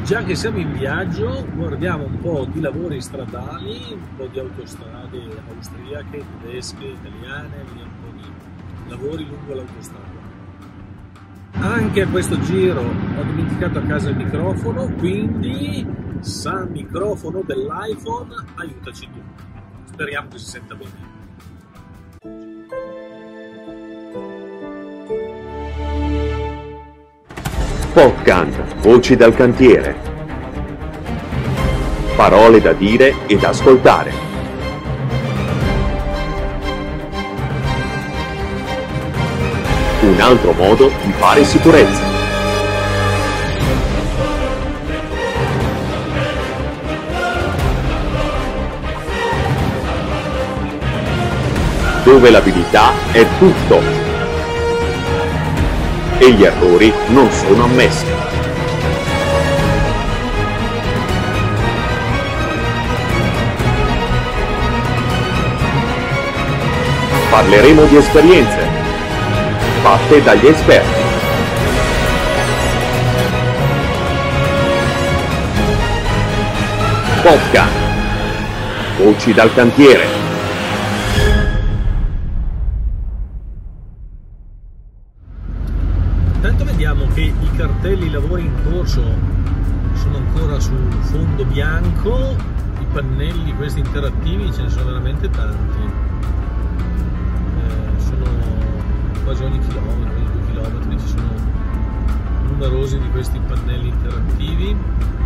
Già che siamo in viaggio, guardiamo un po' di lavori stradali, un po' di autostrade austriache, tedesche, italiane, via un po' di lavori lungo l'autostrada. Anche a questo giro ho dimenticato a casa il microfono, quindi San microfono dell'iPhone, aiutaci tu. Speriamo che si senta bene. Podcast, voci dal cantiere. Parole da dire e da ascoltare. Un altro modo di fare sicurezza. Dove l'abilità è tutto e gli errori non sono ammessi. Parleremo di esperienze fatte dagli esperti. Podcast, voci dal cantiere. Intanto vediamo che i cartelli lavori in corso sono ancora su fondo bianco, i pannelli questi interattivi ce ne sono veramente tanti, sono quasi ogni chilometro, ogni 2 chilometri ci sono numerosi di questi pannelli interattivi.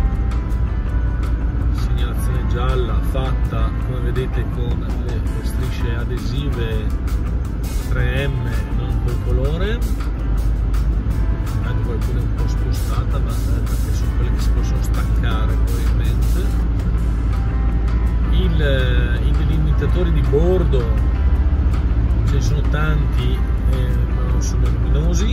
Segnalazione gialla fatta come vedete con le strisce adesive 3M, non col colore. Anche qualcuna è un po' spostata, ma perché sono quelle che si possono staccare probabilmente. I delimitatori di bordo ce ne sono tanti, ma non sono luminosi.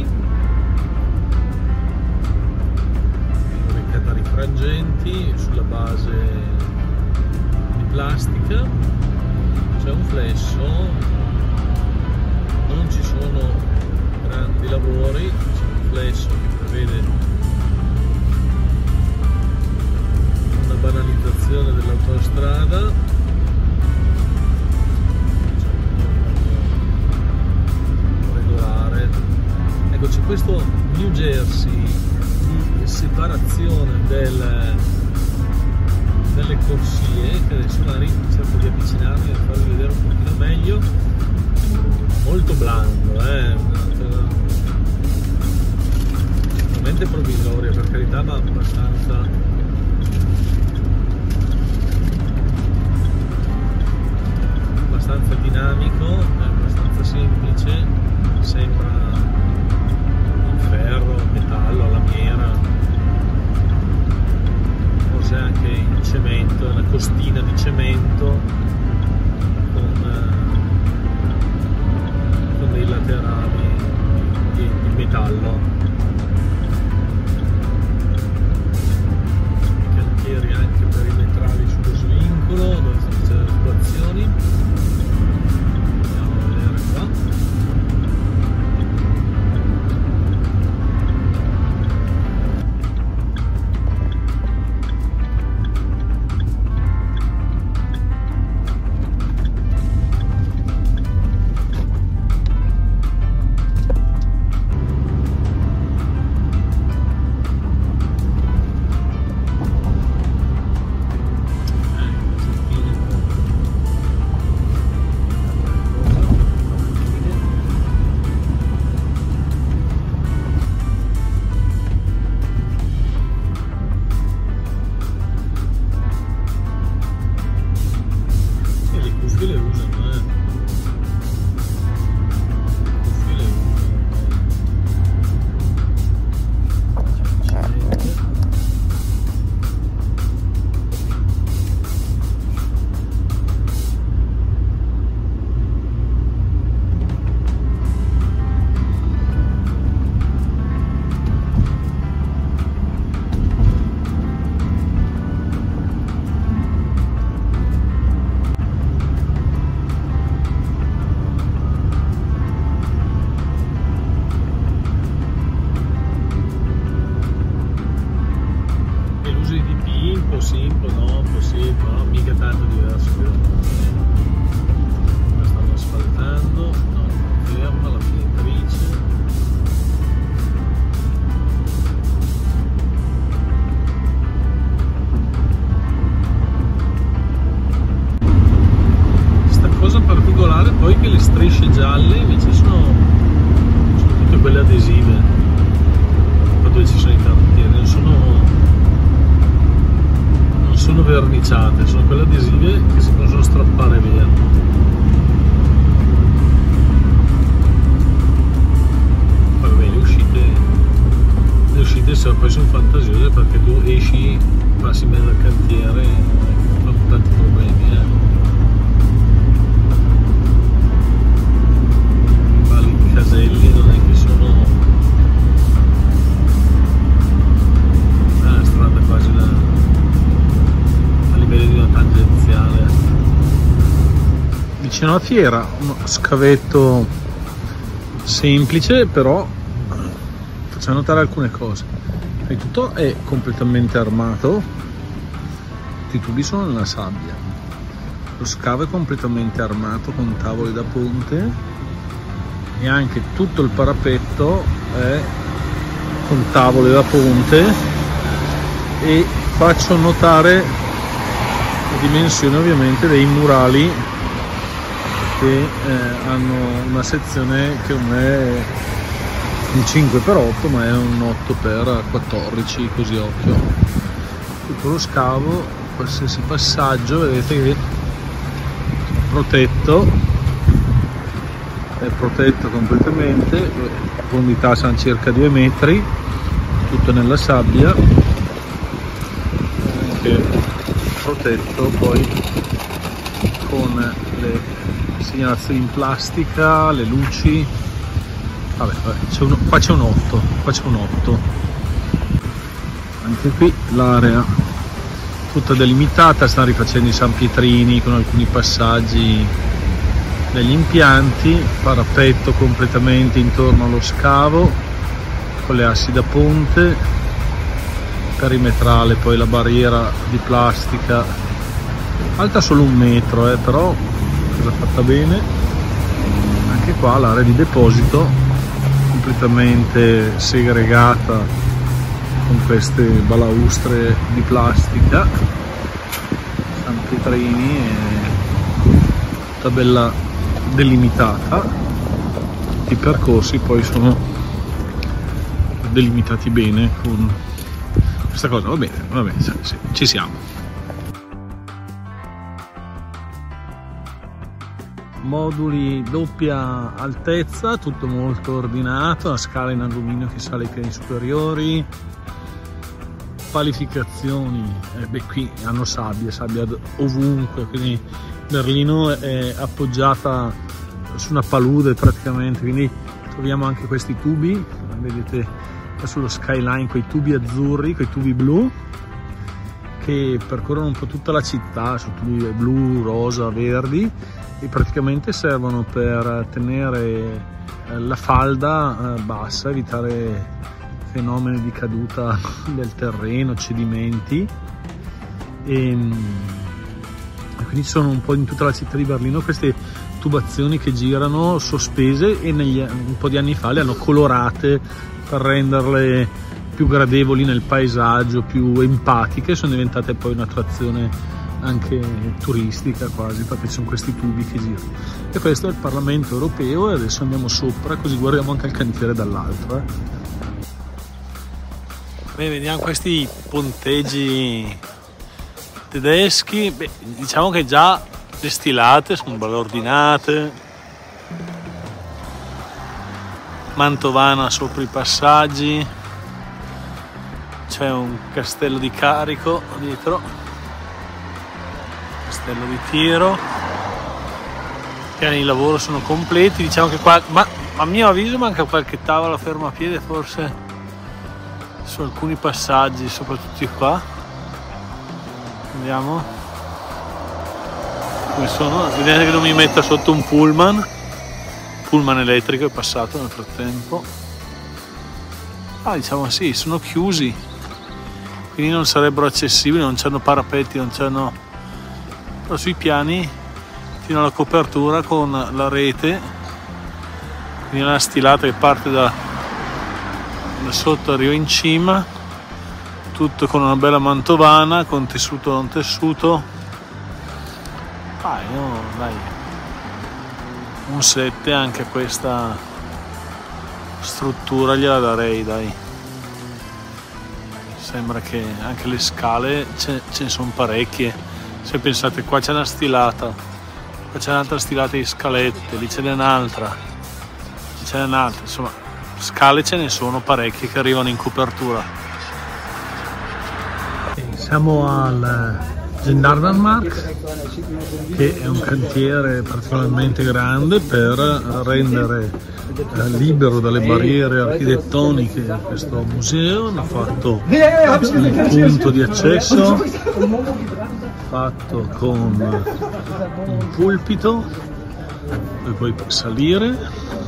Le catari frangenti sulla base di plastica, c'è un flesso, non ci sono grandi lavori, flesso che prevede una banalizzazione dell'autostrada, regolare. Ecco, c'è questo New Jersey di separazione delle corsie, che adesso magari cerco di avvicinarmi e farvi vedere un pochino meglio. Molto blando, provvisoria per carità, ma abbastanza dinamico, abbastanza semplice, sembra in ferro, metallo, lamiera, forse anche in cemento, una costina di cemento con dei laterali di metallo. Anche perimetrali sullo svincolo dove c'è le situazioni. Andiamo a vedere qua. sì, un po' no, un po' sì, però mica tanto diverso qui da noi. La stanno asfaltando, no, ferma la finitrice. Questa cosa particolare poi che le strisce gialle invece sono tutte quelle adesive, dove ci sono i cantieri, non sono verniciate, sono quelle adesive che si possono strappare via. Poi vabbè, le uscite poi sono fantasiose, perché tu esci, passi in mezzo al cantiere e non hai tanti problemi. I caselli non è che sono strada quasi a livello di una tangenziale. Vicino alla fiera, uno scavetto semplice, però facciamo notare alcune cose. E tutto è completamente armato, tutti i tubi sono nella sabbia, lo scavo è completamente armato con tavoli da ponte e anche tutto il parapetto è con tavole da ponte. E faccio notare le dimensioni ovviamente dei murali, che hanno una sezione che non è un 5x8 ma è un 8x14, così occhio. Tutto lo scavo, qualsiasi passaggio vedete che è protetto completamente, le profondità sono circa 2 metri, tutto nella sabbia, che protetto poi con le segnalazioni in plastica, le luci. Vabbè, qua c'è un 8, anche qui l'area tutta delimitata, stanno rifacendo i San Pietrini con alcuni passaggi degli impianti, parapetto completamente intorno allo scavo con le assi da ponte, perimetrale, poi la barriera di plastica alta solo 1 metro, però cosa fatta bene. Anche qua l'area di deposito completamente segregata con queste balaustre di plastica, San Pietrini, tutta bella delimitata. I percorsi poi sono delimitati bene con questa cosa. Va bene, sì, ci siamo. Moduli doppia altezza, tutto molto ordinato, la scala in alluminio che sale ai piani superiori, palificazioni, qui hanno sabbia ovunque, quindi Berlino è appoggiata su una palude praticamente, quindi troviamo anche questi tubi, vedete sullo skyline quei tubi azzurri, quei tubi blu che percorrono un po' tutta la città, su tubi blu, rosa, verdi, e praticamente servono per tenere la falda bassa, evitare fenomeni di caduta del terreno, cedimenti, e quindi sono un po' in tutta la città di Berlino queste tubazioni che girano sospese, e un po' di anni fa le hanno colorate per renderle più gradevoli nel paesaggio, più empatiche, sono diventate poi un'attrazione anche turistica quasi, perché ci sono questi tubi che girano. E questo è il Parlamento europeo, e adesso andiamo sopra così guardiamo anche il cantiere dall'altro. Vediamo questi ponteggi tedeschi. Diciamo che già le stilate sono ben ordinate, mantovana sopra i passaggi, c'è un castello di carico dietro, castello di tiro, i piani di lavoro sono completi. Diciamo che qua, ma a mio avviso, manca qualche tavola fermapiede forse su alcuni passaggi, soprattutto qua. Vediamo come sono, vedete che non mi metta sotto un pullman elettrico, è passato nel frattempo. Diciamo sì, sono chiusi quindi non sarebbero accessibili, non c'hanno parapetti, non c'hanno, però sui piani fino alla copertura con la rete, quindi una stilata che parte da sotto, arriva in cima, tutto con una bella mantovana, con tessuto non tessuto. Dai, un 7 anche questa struttura gliela darei, dai. Sembra che anche le scale ce ne sono parecchie. Se pensate, qua c'è una stilata, qua c'è un'altra stilata di scalette, lì ce n'è un'altra, insomma scale ce ne sono parecchie che arrivano in copertura. Siamo al Gendarmenmarkt, che è un cantiere particolarmente grande per rendere libero dalle barriere architettoniche questo museo. Hanno fatto un punto di accesso fatto con un pulpito dove puoi salire,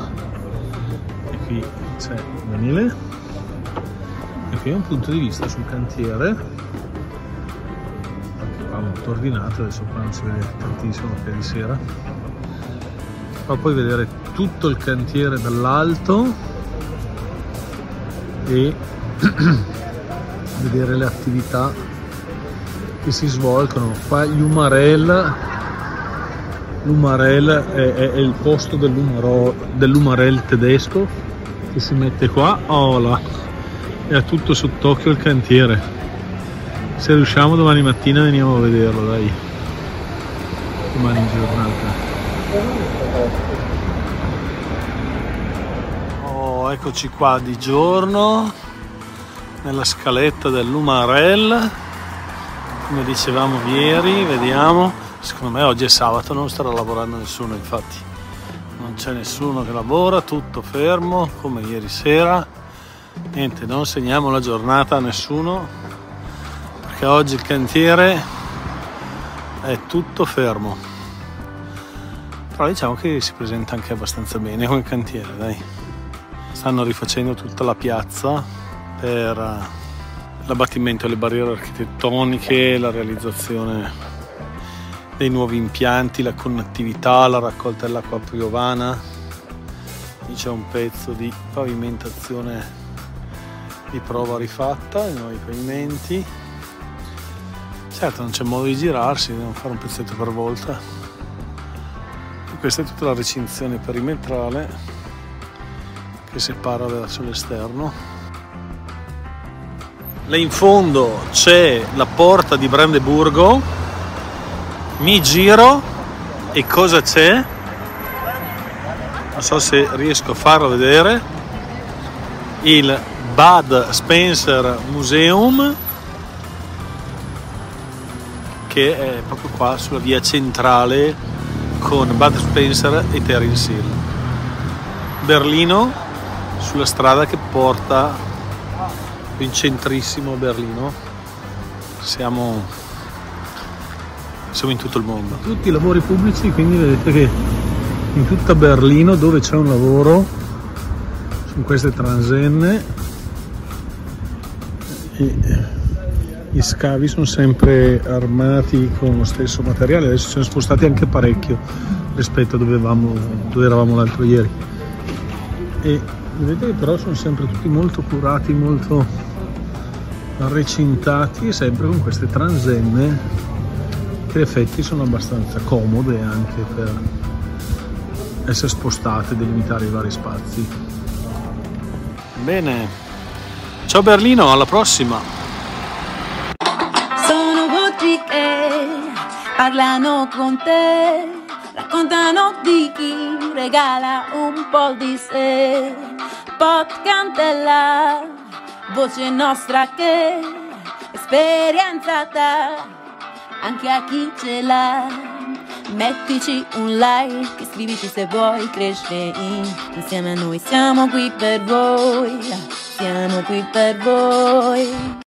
e qui c'è il manile, e qui è un punto di vista sul cantiere molto ordinato. Adesso qua non si vede tantissimo perché è di sera, ma puoi vedere tutto il cantiere dall'alto e vedere le attività che si svolgono. Qua l'Umarell è il posto dell'Umarell tedesco che si mette qua, e ha tutto sott'occhio il cantiere. Se riusciamo domani mattina veniamo a vederlo, dai, domani in giornata. Eccoci qua di giorno nella scaletta dell'Umarell, come dicevamo ieri. Vediamo, secondo me oggi è sabato, non starà lavorando nessuno, infatti non c'è nessuno che lavora, tutto fermo come ieri sera. Niente, non segniamo la giornata a nessuno perché oggi il cantiere è tutto fermo, però diciamo che si presenta anche abbastanza bene come cantiere, dai. Stanno rifacendo tutta la piazza per l'abbattimento delle barriere architettoniche, la realizzazione dei nuovi impianti, la connettività, la raccolta dell'acqua piovana. Qui c'è un pezzo di pavimentazione di prova rifatta, i nuovi pavimenti. Certo, non c'è modo di girarsi, dobbiamo fare un pezzetto per volta. E questa è tutta la recinzione perimetrale che separa verso l'esterno. Lì in fondo c'è la porta di Brandeburgo. Mi giro e cosa c'è? Non so se riesco a farlo vedere. Il Bud Spencer Museum, che è proprio qua sulla via centrale con Bud Spencer e Terence Hill. Berlino, sulla strada che porta in centrissimo a Berlino. Siamo in tutto il mondo. Tutti i lavori pubblici, quindi vedete che in tutta Berlino dove c'è un lavoro su queste transenne gli scavi sono sempre armati con lo stesso materiale. Adesso ci siamo spostati anche parecchio rispetto a dove eravamo l'altro ieri, e vedete che però sono sempre tutti molto curati, molto recintati, e sempre con queste transenne che in effetti sono abbastanza comode anche per essere spostate e delimitare i vari spazi. Bene, ciao Berlino, alla prossima! Sono voci che parlano con te, raccontano di chi regala un po' di sé. Podcast è la voce nostra che esperienza dà anche a chi ce l'ha. Mettici un like, iscriviti se vuoi crescere insieme a noi. Siamo qui per voi, siamo qui per voi.